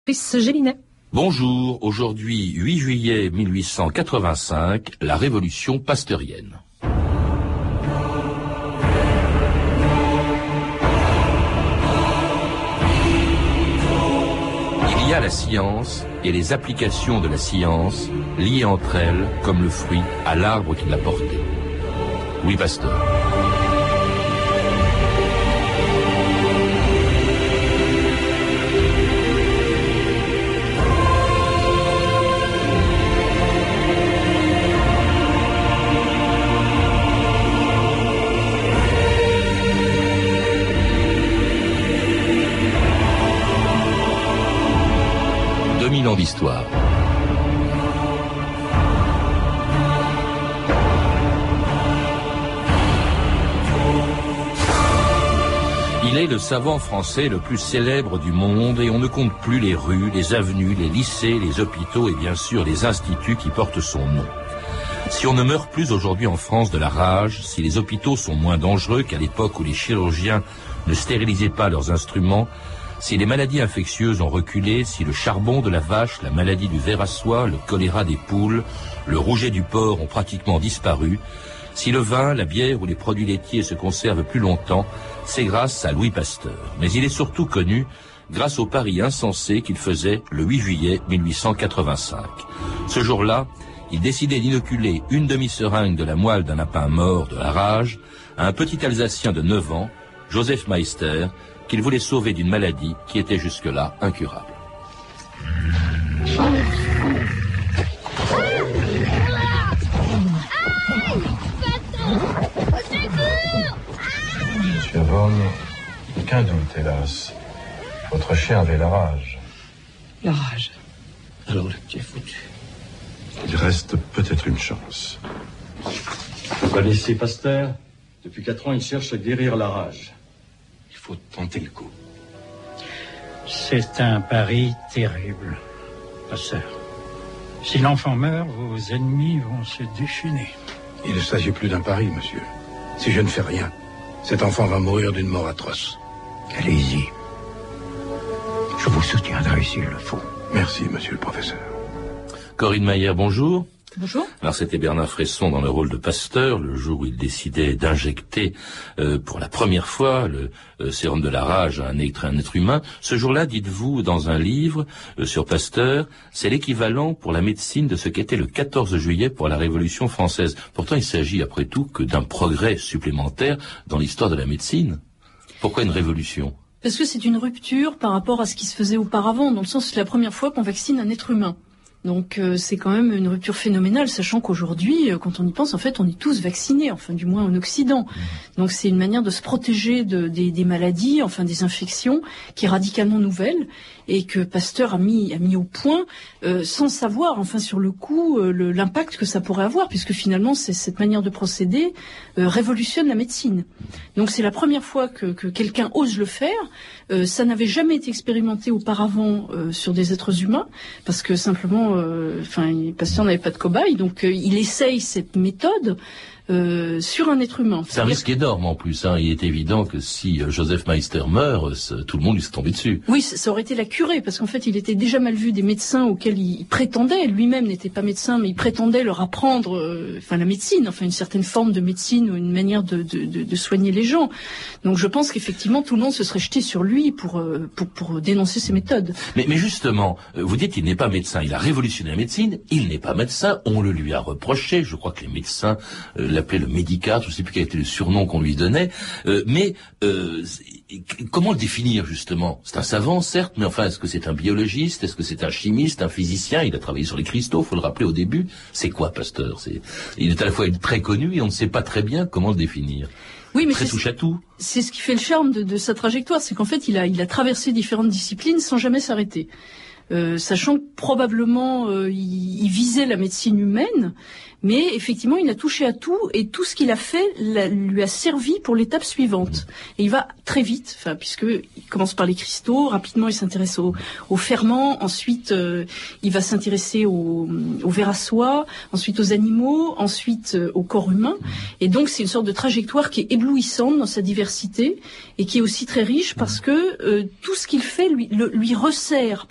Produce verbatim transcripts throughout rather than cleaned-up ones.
Gélinet. Bonjour, aujourd'hui huit juillet mille huit cent quatre-vingt-cinq, la révolution pasteurienne. Il y a la science et les applications de la science liées entre elles comme le fruit à l'arbre qui l'a porté. Louis Pasteur. deux mille ans d'histoire. Il est le savant français le plus célèbre du monde et on ne compte plus les rues, les avenues, les lycées, les hôpitaux et bien sûr les instituts qui portent son nom. Si on ne meurt plus aujourd'hui en France de la rage, si les hôpitaux sont moins dangereux qu'à l'époque où les chirurgiens ne stérilisaient pas leurs instruments, si les maladies infectieuses ont reculé, si le charbon de la vache, la maladie du ver à soie, le choléra des poules, le rouget du porc ont pratiquement disparu, si le vin, la bière ou les produits laitiers se conservent plus longtemps, c'est grâce à Louis Pasteur. Mais il est surtout connu grâce au pari insensé qu'il faisait le huit juillet mille huit cent quatre-vingt-cinq. Ce jour-là, il décidait d'inoculer une demi-seringue de la moelle d'un lapin mort de la rage à un petit Alsacien de neuf ans, Joseph Meister, qu'il voulait sauver d'une maladie qui était jusque-là incurable. Monsieur Vaughan, aucun doute, hélas. Votre chien avait la rage. La rage. Alors le petit est foutu. Il reste peut-être une chance. Vous connaissez Pasteur? Depuis quatre ans, il cherche à guérir la rage. Il faut tenter le coup. C'est un pari terrible, Pasteur. Si l'enfant meurt, vos ennemis vont se déchaîner. Il ne s'agit plus d'un pari, monsieur. Si je ne fais rien, cet enfant va mourir d'une mort atroce. Allez-y. Je vous soutiendrai s'il le faut. Merci, monsieur le professeur. Corinne Maillère, bonjour. Bonjour. Alors c'était Bernard Fresson dans le rôle de Pasteur, le jour où il décidait d'injecter euh, pour la première fois le euh, sérum de la rage à un être, un être humain. Ce jour-là, dites-vous dans un livre euh, sur Pasteur, c'est l'équivalent pour la médecine de ce qu'était le quatorze juillet pour la Révolution française. Pourtant, il s'agit après tout que d'un progrès supplémentaire dans l'histoire de la médecine. Pourquoi une révolution ? Parce que c'est une rupture par rapport à ce qui se faisait auparavant, dans le sens que c'est la première fois qu'on vaccine un être humain. Donc euh, c'est quand même une rupture phénoménale, sachant qu'aujourd'hui, euh, quand on y pense, en fait, on est tous vaccinés, enfin du moins en Occident. Donc c'est une manière de se protéger de, des, des maladies, enfin des infections, qui est radicalement nouvelle et que Pasteur a mis, a mis au point euh, sans savoir, enfin sur le coup, euh, le, l'impact que ça pourrait avoir, puisque finalement c'est, cette manière de procéder euh, révolutionne la médecine. Donc c'est la première fois que, que quelqu'un ose le faire. Euh, ça n'avait jamais été expérimenté auparavant euh, sur des êtres humains, parce que simplement, enfin, euh, Pasteur n'avait pas de cobaye, donc euh, il essaye cette méthode euh, sur un être humain. C'est un risque énorme en plus. Hein. Il est évident que si euh, Joseph Meister meurt, tout le monde lui serait tombé dessus. Oui, ça aurait été la curée, parce qu'en fait, il était déjà mal vu des médecins auxquels il prétendait, lui-même n'était pas médecin, mais il prétendait leur apprendre, euh, enfin la médecine, enfin une certaine forme de médecine ou une manière de, de, de, de soigner les gens. Donc je pense qu'effectivement, tout le monde se serait jeté sur lui pour euh, pour, pour dénoncer ses méthodes. Mais, mais justement, vous dites qu'il n'est pas médecin. Il a révolutionné la médecine. Il n'est pas médecin. On le lui a reproché. Je crois que les médecins euh, l'appelait le médicatre, je ne sais plus quel était le surnom qu'on lui donnait, euh, mais euh, comment le définir justement ? C'est un savant, certes, mais enfin, est-ce que c'est un biologiste ? Est-ce que c'est un chimiste, un physicien ? Il a travaillé sur les cristaux, faut le rappeler au début. C'est quoi Pasteur ? C'est, il est à la fois très connu et on ne sait pas très bien comment le définir. Oui, mais très c'est, touche à tout. C'est ce qui fait le charme de, de sa trajectoire, c'est qu'en fait, il a, il a traversé différentes disciplines sans jamais s'arrêter. Euh, sachant que probablement euh, il, il visait la médecine humaine, mais effectivement il a touché à tout et tout ce qu'il a fait la, lui a servi pour l'étape suivante. Et il va très vite, enfin puisque il commence par les cristaux, rapidement il s'intéresse aux au ferments, ensuite euh, il va s'intéresser au, au ver à soie, ensuite aux animaux, ensuite euh, au corps humain. Et donc c'est une sorte de trajectoire qui est éblouissante dans sa diversité et qui est aussi très riche parce que euh, tout ce qu'il fait lui, le, lui resserre pour après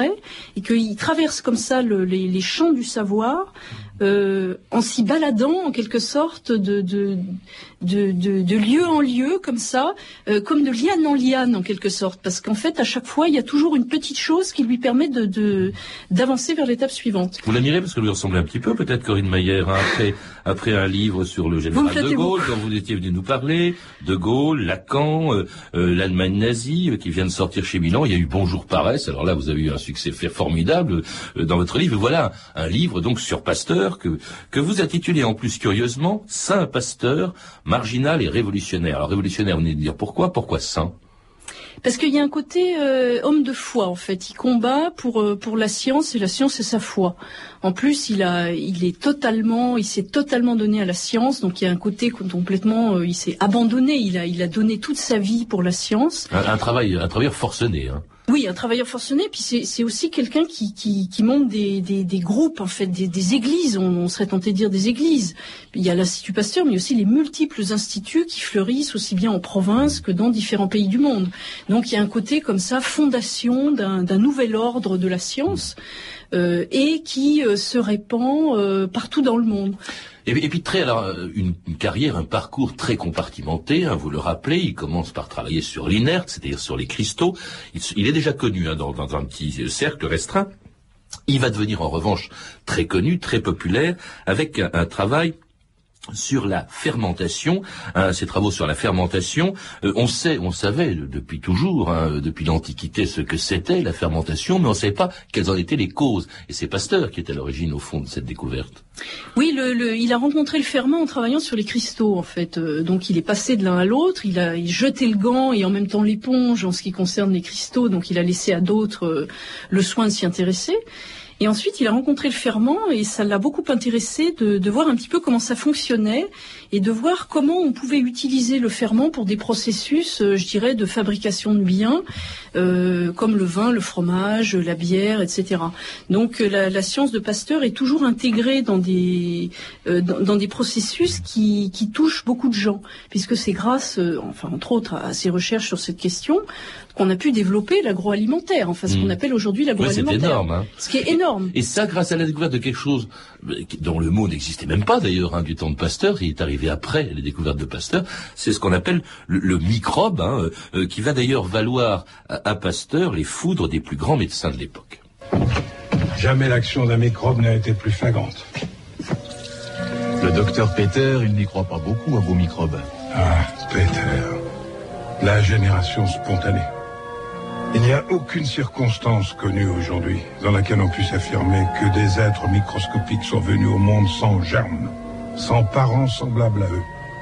vrai, et qu'il traverse comme ça le, les, les champs du savoir, euh, en s'y baladant en quelque sorte de, de, de, de, de lieu en lieu, comme ça, euh, comme de liane en liane en quelque sorte, parce qu'en fait à chaque fois il y a toujours une petite chose qui lui permet de, de, d'avancer vers l'étape suivante. Vous l'admirez parce que lui ressemblez un petit peu, peut-être, Corinne Mayer, hein, après, après un livre sur le général de Gaulle, dont vous étiez venu nous parler, de Gaulle, Lacan, euh, euh, l'Allemagne nazie, euh, qui vient de sortir chez Milan. Il y a eu Bonjour Paresse. Alors là, vous avez eu un succès formidable euh, dans votre livre. Et voilà un livre donc sur Pasteur que que vous intitulez en plus curieusement Saint Pasteur, marginal et révolutionnaire. Alors révolutionnaire, vous venez de dire pourquoi Pourquoi saint? Parce qu'il y a un côté euh, homme de foi en fait. Il combat pour euh, pour la science et la science c'est sa foi. En plus, il a il est totalement, il s'est totalement donné à la science. Donc il y a un côté complètement, euh, il s'est abandonné. Il a il a donné toute sa vie pour la science. Un, un travail un travailleur forcené. Hein. Oui, un travailleur forcené, puis c'est, c'est aussi quelqu'un qui, qui, qui monte des, des, des groupes, en fait, des, des églises, on, on serait tenté de dire des églises. Il y a l'Institut Pasteur, mais aussi les multiples instituts qui fleurissent aussi bien en province que dans différents pays du monde. Donc il y a un côté comme ça, fondation d'un, d'un nouvel ordre de la science, euh, et qui euh, se répand euh, partout dans le monde. Et, et puis très alors une, une carrière, un parcours très compartimenté. Hein, vous le rappelez, il commence par travailler sur l'inerte, c'est-à-dire sur les cristaux. Il, il est déjà connu hein, dans, dans un petit cercle restreint. Il va devenir en revanche très connu, très populaire, avec un, un travail sur la fermentation, hein, ces travaux sur la fermentation, euh, on sait, on savait depuis toujours, hein, depuis l'Antiquité, ce que c'était la fermentation, mais on ne savait pas quelles en étaient les causes. Et c'est Pasteur qui est à l'origine, au fond, de cette découverte. Oui, le, le, il a rencontré le ferment en travaillant sur les cristaux, en fait. Euh, donc il est passé de l'un à l'autre, il a il jeté le gant et en même temps l'éponge en ce qui concerne les cristaux, donc il a laissé à d'autres euh, le soin de s'y intéresser. Et ensuite, il a rencontré le ferment et ça l'a beaucoup intéressé de, de voir un petit peu comment ça fonctionnait et de voir comment on pouvait utiliser le ferment pour des processus, euh, je dirais, de fabrication de biens, euh, comme le vin, le fromage, la bière, et cetera. Donc, la, la science de Pasteur est toujours intégrée dans des euh, dans, dans des processus qui, qui touchent beaucoup de gens, puisque c'est grâce, euh, enfin entre autres, à ses recherches sur cette question qu'on a pu développer l'agroalimentaire, enfin ce mmh. qu'on appelle aujourd'hui l'agroalimentaire. Ouais, c'est énorme, hein. Ce qui est énorme. Et ça, grâce à la découverte de quelque chose dont le mot n'existait même pas d'ailleurs hein, du temps de Pasteur, il est arrivé après les découvertes de Pasteur, c'est ce qu'on appelle le, le microbe, hein, euh, qui va d'ailleurs valoir à, à Pasteur les foudres des plus grands médecins de l'époque. Jamais l'action d'un microbe n'a été plus flagrante. Le docteur Peter, il n'y croit pas beaucoup à vos microbes. Ah, Peter, la génération spontanée. Il n'y a aucune circonstance connue aujourd'hui dans laquelle on puisse affirmer que des êtres microscopiques sont venus au monde sans germes, sans parents semblables à eux.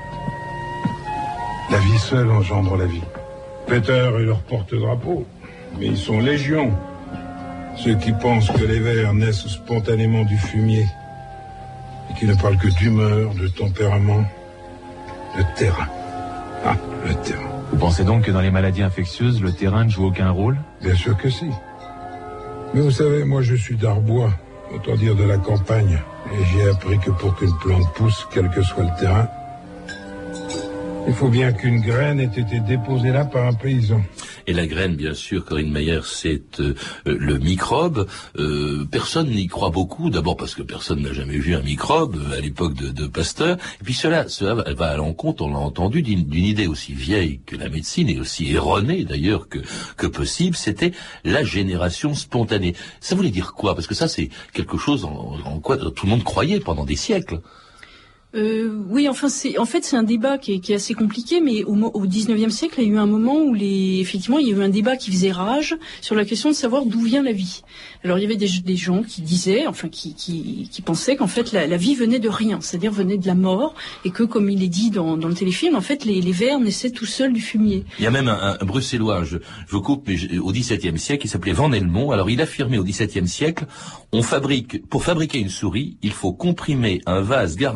La vie seule engendre la vie. Peter est leur porte-drapeau, mais ils sont légion. Ceux qui pensent que les vers naissent spontanément du fumier et qui ne parlent que d'humeur, de tempérament, de terrain. Ah, le terrain. Vous pensez donc que dans les maladies infectieuses, le terrain ne joue aucun rôle? Bien sûr que si. Mais vous savez, moi je suis d'Arbois, autant dire de la campagne, et j'ai appris que pour qu'une plante pousse, quel que soit le terrain, il faut bien qu'une graine ait été déposée là par un paysan. Et la graine, bien sûr, Corinne Mayer, c'est euh, le microbe. Euh, personne n'y croit beaucoup, d'abord parce que personne n'a jamais vu un microbe à l'époque de, de Pasteur. Et puis cela, cela va à l'encontre, on l'a entendu, d'une, d'une idée aussi vieille que la médecine, et aussi erronée d'ailleurs que, que possible, c'était la génération spontanée. Ça voulait dire quoi? Parce que ça, c'est quelque chose en, en quoi tout le monde croyait pendant des siècles. Euh, oui, enfin, c'est, en fait, c'est un débat qui est, qui est assez compliqué, mais au, au dix-neuvième siècle, il y a eu un moment où les, effectivement, il y a eu un débat qui faisait rage sur la question de savoir d'où vient la vie. Alors, il y avait des, des gens qui disaient, enfin, qui, qui, qui pensaient qu'en fait, la, la vie venait de rien, c'est-à-dire venait de la mort, et que, comme il est dit dans, dans le téléfilm, en fait, les, les vers naissaient tout seuls du fumier. Il y a même un, un Bruxellois, je, je vous coupe, mais je, au dix-septième siècle, il s'appelait Van Helmont. Alors, il affirmait au dix-septième siècle, on fabrique, pour fabriquer une souris, il faut comprimer un vase garni de fromage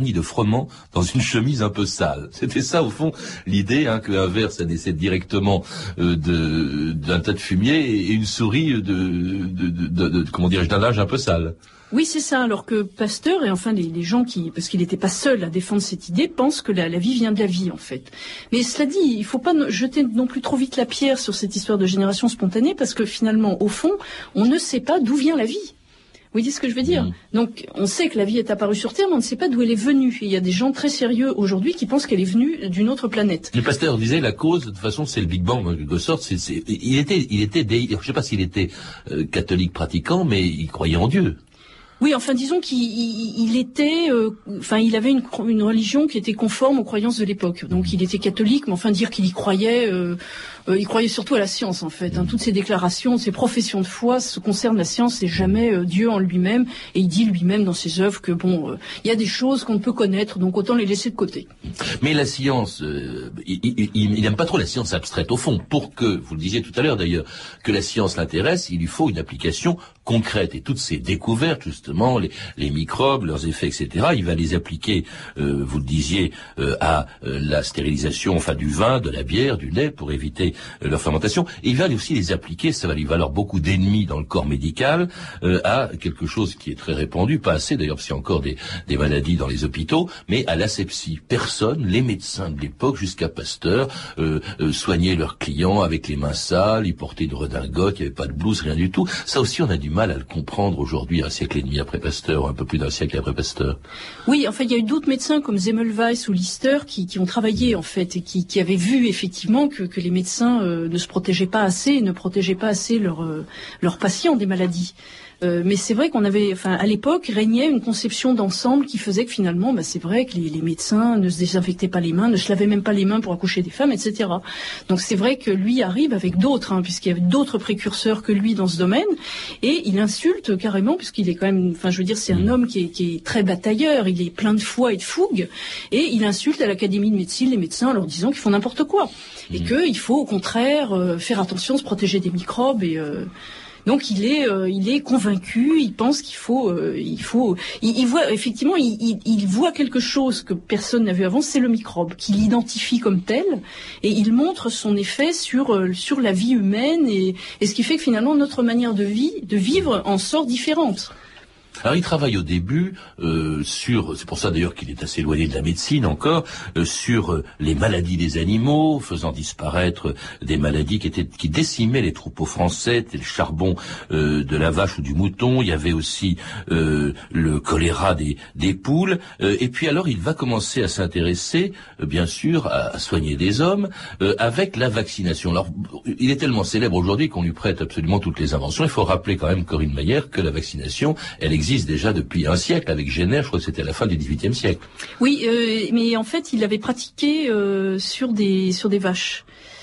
directement dans une chemise un peu sale. C'était ça, au fond, l'idée, hein, qu'un ver, ça naissait directement euh, de, d'un tas de fumier et une souris de, de, de, de, de comment dirais-je, d'un linge un peu sale. Oui, c'est ça, alors que Pasteur, et enfin les, les gens qui, parce qu'il n'était pas seul à défendre cette idée, pensent que la, la vie vient de la vie, en fait. Mais cela dit, il ne faut pas jeter non plus trop vite la pierre sur cette histoire de génération spontanée, parce que finalement, au fond, on ne sait pas d'où vient la vie. Vous voyez ce que je veux dire? Mmh. Donc, on sait que la vie est apparue sur Terre, mais on ne sait pas d'où elle est venue. Et il y a des gens très sérieux aujourd'hui qui pensent qu'elle est venue d'une autre planète. Le Pasteur disait la cause, de toute façon, c'est le Big Bang, en quelque sorte. C'est, c'est, il était, il était, des, je ne sais pas s'il était euh, catholique pratiquant, mais il croyait en Dieu. Oui, enfin, disons qu'il il, il était, euh, enfin, il avait une, une religion qui était conforme aux croyances de l'époque. Donc, il était catholique, mais enfin, dire qu'il y croyait, euh, euh, il croyait surtout à la science, en fait. Hein. Toutes ses déclarations, ses professions de foi se concernent la science et jamais euh, Dieu en lui-même. Et il dit lui-même dans ses œuvres que bon, euh, il y a des choses qu'on ne peut connaître, donc autant les laisser de côté. Mais la science, euh, il n'aime pas trop la science abstraite. Au fond, pour que, vous le disiez tout à l'heure d'ailleurs, que la science l'intéresse, il lui faut une application concrète. Et toutes ces découvertes, justement, les, les microbes, leurs effets, et cetera, il va les appliquer, euh, vous le disiez, euh, à euh, la stérilisation, enfin, du vin, de la bière, du lait, pour éviter euh, leur fermentation. Et il va aussi les appliquer, ça va lui valoir beaucoup d'ennemis dans le corps médical, euh, à quelque chose qui est très répandu, pas assez d'ailleurs, parce qu'il y a encore des, des maladies dans les hôpitaux, mais à l'asepsie. Personne, les médecins de l'époque, jusqu'à Pasteur, euh, euh, soignaient leurs clients avec les mains sales, ils portaient une redingote, il n'y avait pas de blouse, rien du tout. Ça aussi, on a du mal à le comprendre aujourd'hui, un siècle et demi après Pasteur, un peu plus d'un siècle après Pasteur. Oui, en fait, il y a eu d'autres médecins comme Semmelweis ou Lister qui, qui ont travaillé, en fait, et qui, qui avaient vu effectivement que, que les médecins euh, ne se protégeaient pas assez et ne protégeaient pas assez leurs euh, leurs patients des maladies. Euh, mais c'est vrai qu'on avait, enfin, à l'époque, régnait une conception d'ensemble qui faisait que finalement, bah, c'est vrai que les, les médecins ne se désinfectaient pas les mains, ne se lavaient même pas les mains pour accoucher des femmes, et cetera. Donc c'est vrai que lui arrive avec d'autres, hein, puisqu'il y avait d'autres précurseurs que lui dans ce domaine, et il insulte carrément, puisqu'il est quand même, enfin, je veux dire, c'est un homme qui est, qui est très batailleur, il est plein de foi et de fougue, et il insulte à l'Académie de médecine les médecins en leur disant qu'ils font n'importe quoi, et qu'il faut au contraire euh, faire attention, se protéger des microbes et euh, donc il est, euh, il est convaincu. Il pense qu'il faut, euh, il faut. Il, il voit effectivement, il, il, il voit quelque chose que personne n'a vu avant, c'est le microbe qu'il identifie comme tel, et il montre son effet sur euh, sur la vie humaine et, et ce qui fait que finalement notre manière de vie, de vivre, en sort différente. Alors il travaille au début euh, sur, c'est pour ça d'ailleurs qu'il est assez éloigné de la médecine encore, euh, sur euh, les maladies des animaux, faisant disparaître des maladies qui étaient qui décimaient les troupeaux français, le charbon euh, de la vache ou du mouton. Il y avait aussi euh, le choléra des, des poules. Euh, et puis alors il va commencer à s'intéresser, euh, bien sûr, à, à soigner des hommes euh, avec la vaccination. Alors il est tellement célèbre aujourd'hui qu'on lui prête absolument toutes les inventions. Il faut rappeler quand même, Corinne Mayer, que la vaccination, elle existe déjà depuis un siècle avec Jenner, je crois que c'était à la fin du dix-huitième siècle. Oui, euh, mais en fait, il avait pratiqué euh, sur des sur des vaches.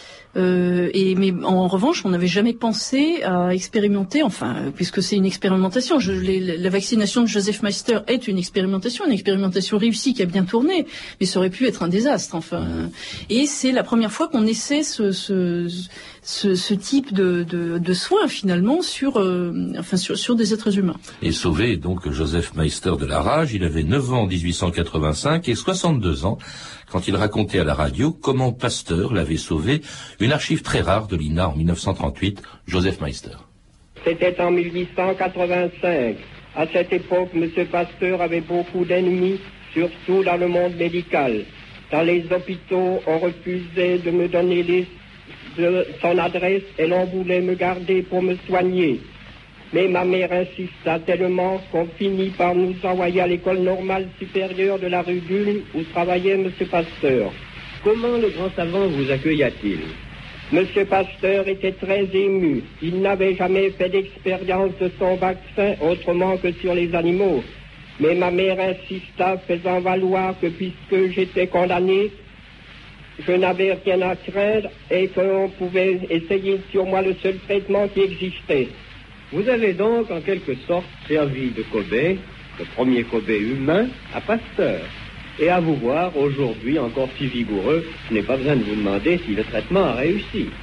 Euh, et mais en revanche, on n'avait jamais pensé à expérimenter, enfin, puisque c'est une expérimentation. Je, les, la vaccination de Joseph Meister est une expérimentation, une expérimentation réussie qui a bien tourné, mais ça aurait pu être un désastre, enfin. Et c'est la première fois qu'on essaie ce, ce, ce, ce type de, de, de soins finalement sur, euh, enfin, sur, sur des êtres humains. Et sauvé donc Joseph Meister de la rage, il avait neuf ans en dix-huit cent quatre-vingt-cinq et soixante-deux ans quand il racontait à la radio comment Pasteur l'avait sauvé. Une archive très rare de l'I N A en mille neuf cent trente-huit, Joseph Meister. C'était en mille huit cent quatre-vingt-cinq. À cette époque, M. Pasteur avait beaucoup d'ennemis, surtout dans le monde médical. Dans les hôpitaux, on refusait de me donner les, de, son adresse et l'on voulait me garder pour me soigner. Mais ma mère insista tellement qu'on finit par nous envoyer à l'école normale supérieure de la rue d'Ulm où travaillait M. Pasteur. Comment le grand savant vous accueilla-t-il? M. Pasteur était très ému. Il n'avait jamais fait d'expérience de son vaccin autrement que sur les animaux. Mais ma mère insista, faisant valoir que puisque j'étais condamné, je n'avais rien à craindre et qu'on pouvait essayer sur moi le seul traitement qui existait. Vous avez donc en quelque sorte servi de cobaye, le premier cobaye humain, à Pasteur. Et à vous voir aujourd'hui encore si vigoureux, je n'ai pas besoin de vous demander si le traitement a réussi.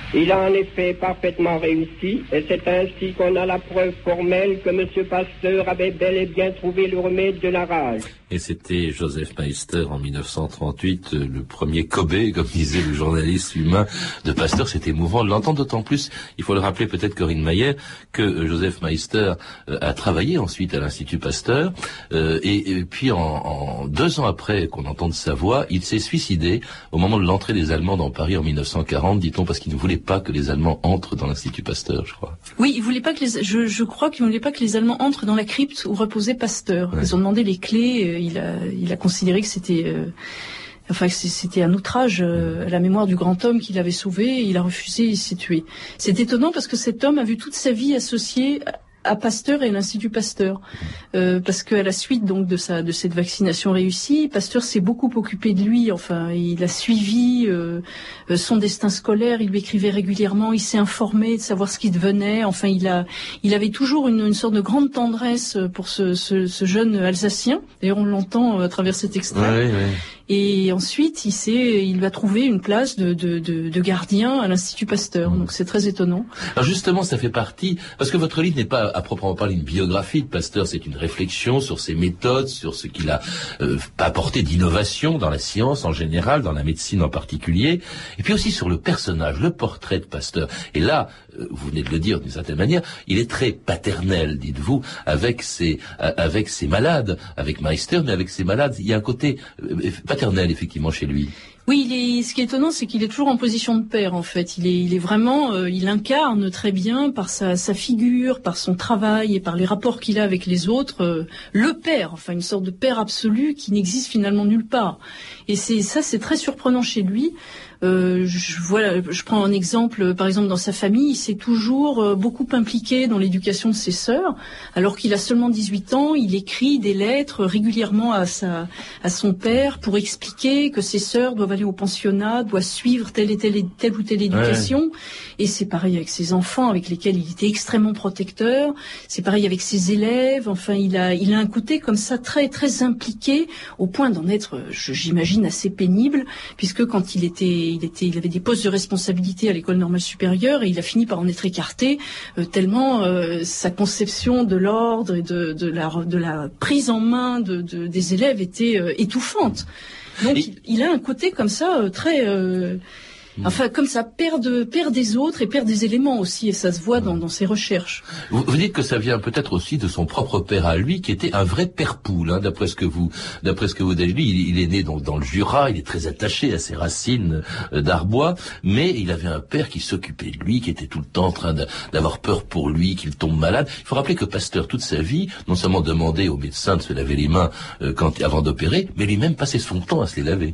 Il a en effet parfaitement réussi, et c'est ainsi qu'on a la preuve formelle que M. Pasteur avait bel et bien trouvé le remède de la rage. Et c'était Joseph Meister en mille neuf cent trente-huit, le premier Kobe, comme disait le journaliste humain de Pasteur. C'est émouvant de l'entendre, d'autant plus, il faut le rappeler peut-être Corinne Mayer, que Joseph Meister a travaillé ensuite à l'Institut Pasteur, euh, et, et puis en, en deux ans après qu'on entende sa voix, il s'est suicidé au moment de l'entrée des Allemands dans Paris en mille neuf cent quarante, dit-on, parce qu'il ne voulait pas que les Allemands entrent dans l'Institut Pasteur, je crois. Oui, il voulait pas que les, je, je crois qu'il ne voulait pas que les Allemands entrent dans la crypte où reposait Pasteur. Ouais. Ils ont demandé les clés. Il a, il a considéré que c'était, euh, enfin, que c'était un outrage euh, à la mémoire du grand homme qu'il avait sauvé. Il a refusé, il s'est tué. C'est étonnant parce que cet homme a vu toute sa vie associée à Pasteur et à l'Institut Pasteur, euh, parce qu'à la suite donc de sa de cette vaccination réussie, Pasteur s'est beaucoup occupé de lui. Enfin, il a suivi euh, son destin scolaire, il lui écrivait régulièrement, il s'est informé de savoir ce qui devenait. Enfin, il a il avait toujours une, une sorte de grande tendresse pour ce, ce, ce jeune Alsacien. D'ailleurs, on l'entend à travers cet extrait. Oui, oui. Et ensuite, il s'est, il va trouver une place de, de, de, de gardien à l'Institut Pasteur. Donc c'est très étonnant. Alors justement, ça fait partie, parce que votre livre n'est pas à proprement parler une biographie de Pasteur, c'est une réflexion sur ses méthodes, sur ce qu'il a euh, apporté d'innovation dans la science en général, dans la médecine en particulier, et puis aussi sur le personnage, le portrait de Pasteur. Et là, euh, vous venez de le dire d'une certaine manière, il est très paternel, dites-vous, avec ses, euh, avec ses malades, avec Meister, mais avec ses malades, il y a un côté euh, paternel effectivement chez lui. Oui, il est, ce qui est étonnant, c'est qu'il est toujours en position de père, en fait. Il est, il est vraiment, euh, il incarne très bien par sa, sa figure, par son travail et par les rapports qu'il a avec les autres, euh, le père, enfin une sorte de père absolu qui n'existe finalement nulle part. Et c'est ça, c'est très surprenant chez lui. Euh, je, voilà, je prends un exemple, par exemple dans sa famille, il s'est toujours euh, beaucoup impliqué dans l'éducation de ses sœurs, alors qu'il a seulement dix-huit ans, il écrit des lettres régulièrement à sa, à son père pour expliquer que ses sœurs doivent aller au pensionnat, doivent suivre telle et telle, telle ou telle éducation. Ouais. Et c'est pareil avec ses enfants, avec lesquels il était extrêmement protecteur. C'est pareil avec ses élèves. Enfin, il a, il a un côté comme ça très, très impliqué, au point d'en être, j'imagine, assez pénible, puisque quand il était Il, était, il avait des postes de responsabilité à l'école normale supérieure et il a fini par en être écarté euh, tellement euh, sa conception de l'ordre et de, de, la, de la prise en main de, de, des élèves était euh, étouffante. Donc et... il, il a un côté comme ça euh, très... Euh, Enfin, comme ça, perd, de, perd des autres et perd des éléments aussi, et ça se voit dans, dans ses recherches. Vous, vous dites que ça vient peut-être aussi de son propre père à lui, qui était un vrai père poule, hein, d'après ce que vous, d'après ce que vous dites. Lui, il, il est né donc dans le Jura, il est très attaché à ses racines euh, d'Arbois, mais il avait un père qui s'occupait de lui, qui était tout le temps en train de, d'avoir peur pour lui, qu'il tombe malade. Il faut rappeler que Pasteur, toute sa vie, non seulement demandait aux médecins de se laver les mains euh, quand, avant d'opérer, mais lui-même passait son temps à se les laver.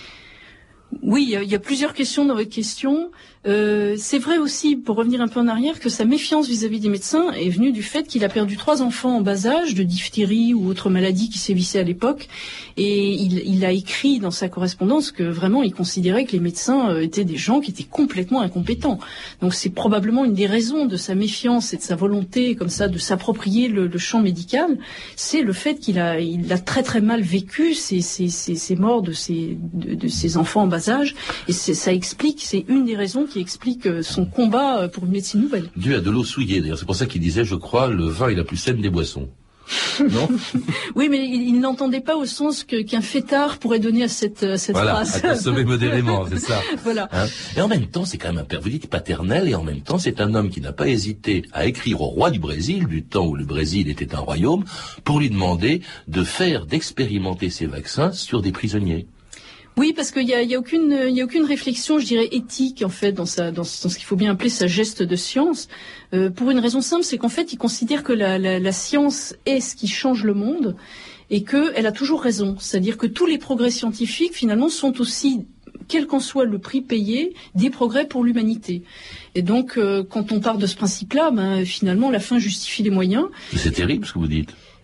Oui, il y a plusieurs questions dans votre question. Euh, c'est vrai aussi, pour revenir un peu en arrière, que sa méfiance vis-à-vis des médecins est venue du fait qu'il a perdu trois enfants en bas âge, de diphtérie ou autre maladie qui sévissait à l'époque. Et il, il a écrit dans sa correspondance que vraiment il considérait que les médecins euh, étaient des gens qui étaient complètement incompétents. Donc c'est probablement une des raisons de sa méfiance et de sa volonté comme ça de s'approprier le, le champ médical. C'est le fait qu'il a, il a très très mal vécu ces, ces, ces, ces morts de ses, de, de ses enfants en bas âge. Et ça explique, c'est une des raisons qui explique son combat pour une médecine nouvelle. Dû à de l'eau souillée, d'ailleurs. C'est pour ça qu'il disait, je crois, le vin est la plus saine des boissons. Non. Oui, mais il, il n'entendait pas au sens que, qu'un fêtard pourrait donner à cette, à cette voilà, phrase. Voilà, à consommer modérément, c'est ça. Voilà. Hein, et en même temps, c'est quand même un père, vous dites paternel, et en même temps, c'est un homme qui n'a pas hésité à écrire au roi du Brésil, du temps où le Brésil était un royaume, pour lui demander de faire, d'expérimenter ces vaccins sur des prisonniers. Oui, parce qu'il y a, il y a aucune, il y a aucune réflexion, je dirais, éthique en fait dans sa, dans, dans ce qu'il faut bien appeler sa geste de science. Euh, pour une raison simple, c'est qu'en fait, il considère que la, la, la science est ce qui change le monde et qu'elle a toujours raison. C'est-à-dire que tous les progrès scientifiques, finalement, sont aussi, quel qu'en soit le prix payé, des progrès pour l'humanité. Et donc, euh, quand on part de ce principe-là, ben, finalement, la fin justifie les moyens. C'est terrible ce que vous dites.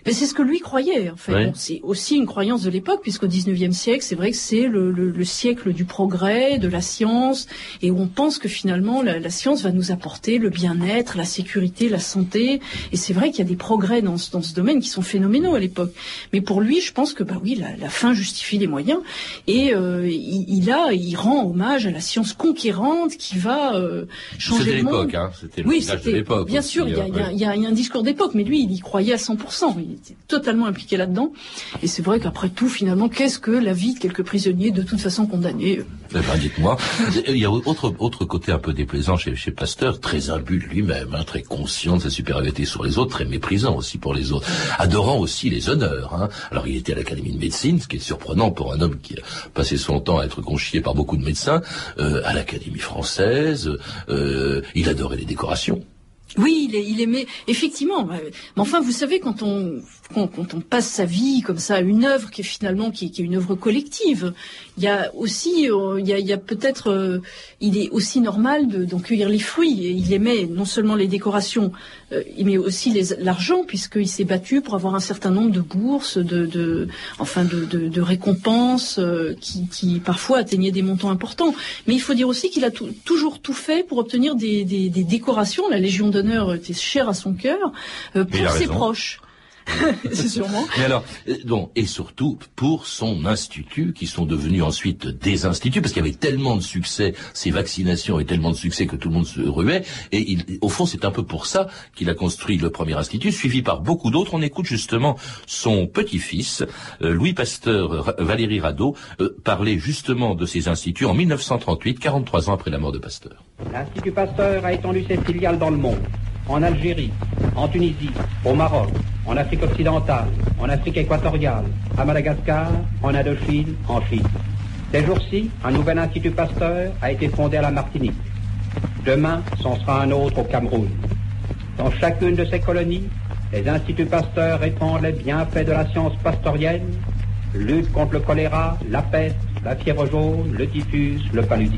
Mais c'est ce que lui croyait, en fait. Oui. Bon, c'est aussi une croyance de l'époque, puisqu'au dix-neuvième siècle, c'est vrai que c'est le, le, le siècle du progrès, de la science, et où on pense que finalement la, la science va nous apporter le bien-être, la sécurité, la santé. Et c'est vrai qu'il y a des progrès dans ce, dans ce domaine qui sont phénoménaux à l'époque. Mais pour lui, je pense que bah oui, la, la fin justifie les moyens, et euh, il, il a, il rend hommage à la science conquérante qui va euh, changer le monde. C'était l'époque, hein. C'était le oui, langage c'était de l'époque. bien aussi, sûr. Il y a, hein, il y a, il y a, il y a un discours d'époque, mais lui, il y croyait à cent pour cent. Il était totalement impliqué là-dedans. Et c'est vrai qu'après tout, finalement, qu'est-ce que la vie de quelques prisonniers de toute façon condamnés? Eh ben, dites-moi. Il y a autre, autre côté un peu déplaisant chez, chez Pasteur, très imbu de lui-même, hein, très conscient de sa supériorité sur les autres, très méprisant aussi pour les autres, adorant aussi les honneurs. Hein. Alors il était à l'Académie de médecine, ce qui est surprenant pour un homme qui a passé son temps à être conchié par beaucoup de médecins, euh, à l'Académie française, euh, il adorait les décorations. Oui, il, est, il aimait, effectivement. Mais enfin, vous savez, quand on, quand, quand on passe sa vie comme ça à une œuvre qui est finalement qui est, qui est une œuvre collective, il y a aussi, euh, il y a, il y a peut-être, euh, il est aussi normal de, d'en cueillir les fruits. Et il aimait non seulement les décorations, euh, mais aussi les, l'argent, puisqu'il s'est battu pour avoir un certain nombre de bourses, de, de enfin, de, de, de récompenses euh, qui, qui parfois atteignaient des montants importants. Mais il faut dire aussi qu'il a tout, toujours tout fait pour obtenir des, des, des décorations. La Légion d'honneur était chère à son cœur euh, pour ses proches. C'est sûrement. Mais alors, euh, donc, et surtout pour son institut, qui sont devenus ensuite des instituts, parce qu'il y avait tellement de succès, ces vaccinations et tellement de succès que tout le monde se ruait, et il, au fond, c'est un peu pour ça qu'il a construit le premier institut, suivi par beaucoup d'autres. On écoute justement son petit-fils, euh, Louis Pasteur, Valéry Radot, euh, parler justement de ces instituts en mille neuf cent trente-huit, quarante-trois ans après la mort de Pasteur. L'Institut Pasteur a étendu ses filiales dans le monde. En Algérie, en Tunisie, au Maroc, en Afrique occidentale, en Afrique équatoriale, à Madagascar, en Indochine, en Chine. Ces jours-ci, un nouvel Institut Pasteur a été fondé à la Martinique. Demain, c'en sera un autre au Cameroun. Dans chacune de ces colonies, les Instituts Pasteur répandent les bienfaits de la science pasteurienne, luttent contre le choléra, la peste, la fièvre jaune, le typhus, le paludisme.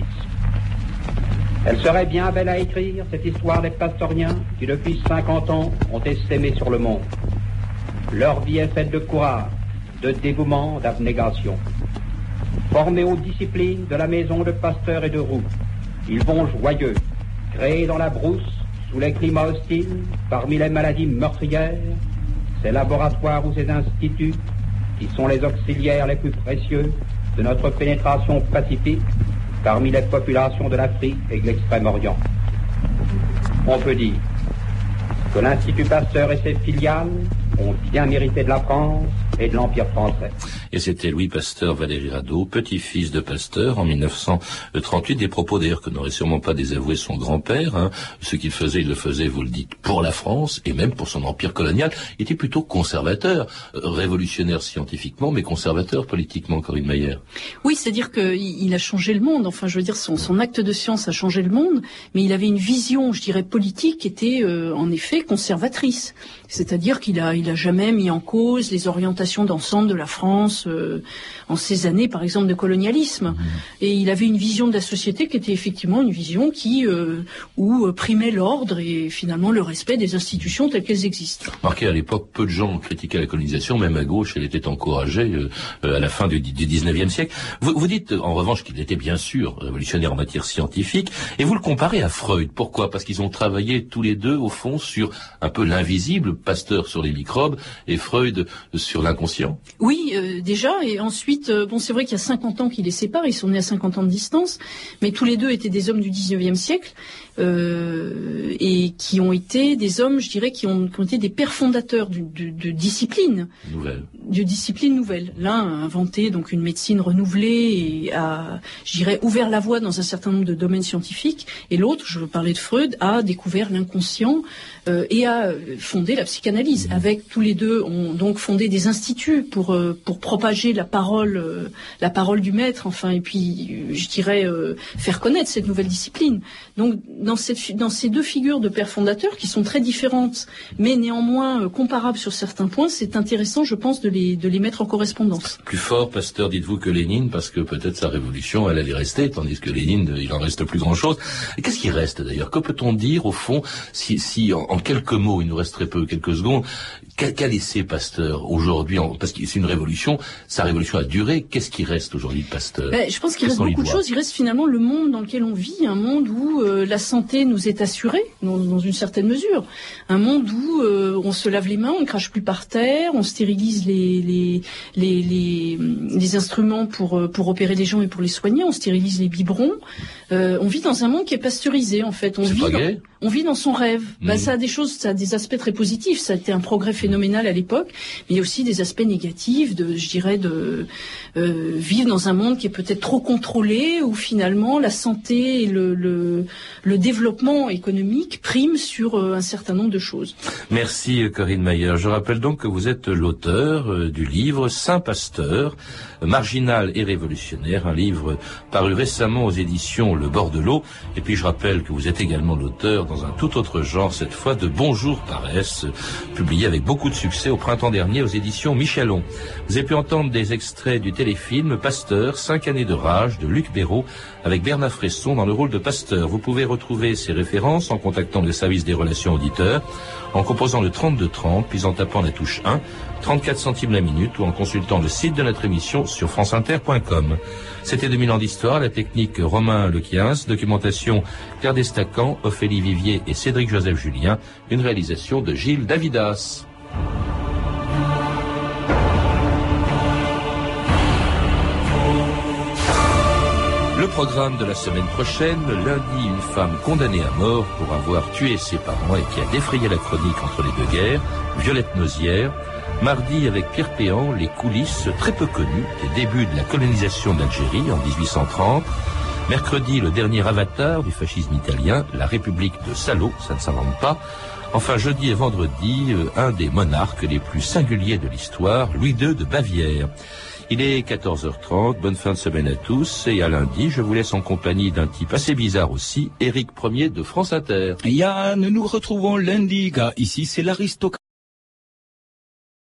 Elle serait bien belle à écrire, cette histoire des pastoriens qui, depuis cinquante ans, ont essaimé sur le monde. Leur vie est faite de courage, de dévouement, d'abnégation. Formés aux disciplines de la maison de Pasteur et de Roux, ils vont joyeux, créés dans la brousse, sous les climats hostiles, parmi les maladies meurtrières, ces laboratoires ou ces instituts qui sont les auxiliaires les plus précieux de notre pénétration pacifique parmi les populations de l'Afrique et de l'Extrême-Orient. On peut dire que l'Institut Pasteur et ses filiales ont bien mérité de la France et de l'Empire français. Et c'était Louis Pasteur, Valéry Radot, petit-fils de Pasteur en mille neuf cent trente-huit, des propos d'ailleurs que n'aurait sûrement pas désavoué son grand-père. Hein. Ce qu'il faisait, il le faisait, vous le dites, pour la France et même pour son empire colonial. Il était plutôt conservateur, euh, révolutionnaire scientifiquement, mais conservateur politiquement, Corinne Maillère. Oui, c'est-à-dire qu'il a changé le monde. Enfin, je veux dire, son, son acte de science a changé le monde, mais il avait une vision, je dirais, politique qui était euh, en effet conservatrice. C'est-à-dire qu'il a, il a jamais mis en cause les orientations d'ensemble de la France euh, en ces années, par exemple, de colonialisme. Mmh. Et il avait une vision de la société qui était effectivement une vision qui euh, où euh, primait l'ordre et finalement le respect des institutions telles qu'elles existent. Marqué à l'époque, peu de gens critiquaient la colonisation, même à gauche, elle était encouragée euh, à la fin du, du dix-neuvième siècle. Vous, vous dites en revanche qu'il était bien sûr révolutionnaire en matière scientifique, et vous le comparez à Freud. Pourquoi ? Parce qu'ils ont travaillé tous les deux, au fond, sur un peu l'invisible, Pasteur sur les microbes et Freud sur l'inconscient. Oui, euh, déjà, et ensuite, euh, bon, c'est vrai qu'il y a cinquante ans qui les séparent, ils sont nés à cinquante ans de distance, mais tous les deux étaient des hommes du dix-neuvième siècle, euh, et qui ont été des hommes, je dirais, qui ont, qui ont été des pères fondateurs de, de, de disciplines. Nouvelle. De disciplines nouvelles. L'un a inventé donc une médecine renouvelée et a, je dirais, ouvert la voie dans un certain nombre de domaines scientifiques, et l'autre, je veux parler de Freud, a découvert l'inconscient euh, et a fondé la psychanalyse. Mmh. Avec tous les deux, ont donc fondé des instituts pour euh, pour propager la parole, euh, la parole du maître, enfin, et puis, je dirais, euh, faire connaître cette nouvelle discipline. Donc, dans, cette, dans ces deux figures de pères fondateurs qui sont très différentes, mais néanmoins euh, comparables sur certains points, c'est intéressant, je pense, de les, de les mettre en correspondance. Plus fort, Pasteur, dites-vous, que Lénine, parce que peut-être sa révolution, elle allait rester, tandis que Lénine, il en reste plus grand-chose. Et qu'est-ce qui reste d'ailleurs? Que peut-on dire, au fond, si, si en, en quelques mots, il nous reste très peu, quelques secondes, qu'a, qu'a laissé Pasteur aujourd'hui, en, parce que c'est une révolution, sa révolution a duré, qu'est-ce qui reste aujourd'hui de Pasteur? Ben, je pense qu'il reste beaucoup de choses. Il reste finalement le monde dans lequel on vit, un monde où euh, la santé nous est assurée, dans, dans une certaine mesure. Un monde où euh, on se lave les mains, on ne crache plus par terre, on stérilise les, les, les, les, les instruments pour, pour opérer les gens et pour les soigner, on stérilise les biberons. Euh, on vit dans un monde qui est pasteurisé, en fait. On c'est vit pas dans, gay. on vit dans son rêve. Mmh. Ben, ça a des choses, ça a des aspects très positifs. Ça a été un progrès phénoménal à l'époque, mais il y a aussi des aspects négatifs, de, je dirais, de euh, vivre dans un monde qui est peut-être trop contrôlé, où finalement la santé et le, le, le développement économique priment sur euh, un certain nombre de choses. Merci Corinne Mayer. Je rappelle donc que vous êtes l'auteur euh, du livre Saint Pasteur, marginal et révolutionnaire, un livre paru récemment aux éditions Le Bord de l'eau. Et puis je rappelle que vous êtes également l'auteur, dans un tout autre genre cette fois, de Bonjour Paresse, publié avec beaucoup de succès au printemps dernier aux éditions Michelon. Vous avez pu entendre des extraits du téléfilm Pasteur, cinq années de rage, de Luc Béraud, avec Bernard Fresson dans le rôle de Pasteur. Vous pouvez retrouver ces références en contactant le service des relations auditeurs, en composant le trente-deux trente, puis en tapant la touche un, trente-quatre centimes la minute, ou en consultant le site de notre émission sur franceinter point com. C'était deux mille ans d'histoire, la technique Romain Lequiens, documentation Claire Destacan, Ophélie Vivier et Cédric Joseph Julien, une réalisation de Gilles Davidas. Le programme de la semaine prochaine, lundi, une femme condamnée à mort pour avoir tué ses parents et qui a défrayé la chronique entre les deux guerres, Violette Nozière. Mardi, avec Pierre Péan, les coulisses très peu connues des débuts de la colonisation d'Algérie en dix-huit cent trente. Mercredi, le dernier avatar du fascisme italien, la République de Salo, ça ne s'invente pas. Enfin, jeudi et vendredi, un des monarques les plus singuliers de l'histoire, Louis deux de Bavière. Il est quatorze heures trente, bonne fin de semaine à tous, et à lundi, je vous laisse en compagnie d'un type assez bizarre aussi, Éric Ier de France Inter. Yann, nous nous retrouvons lundi, gars. Ici, c'est l'aristocratie.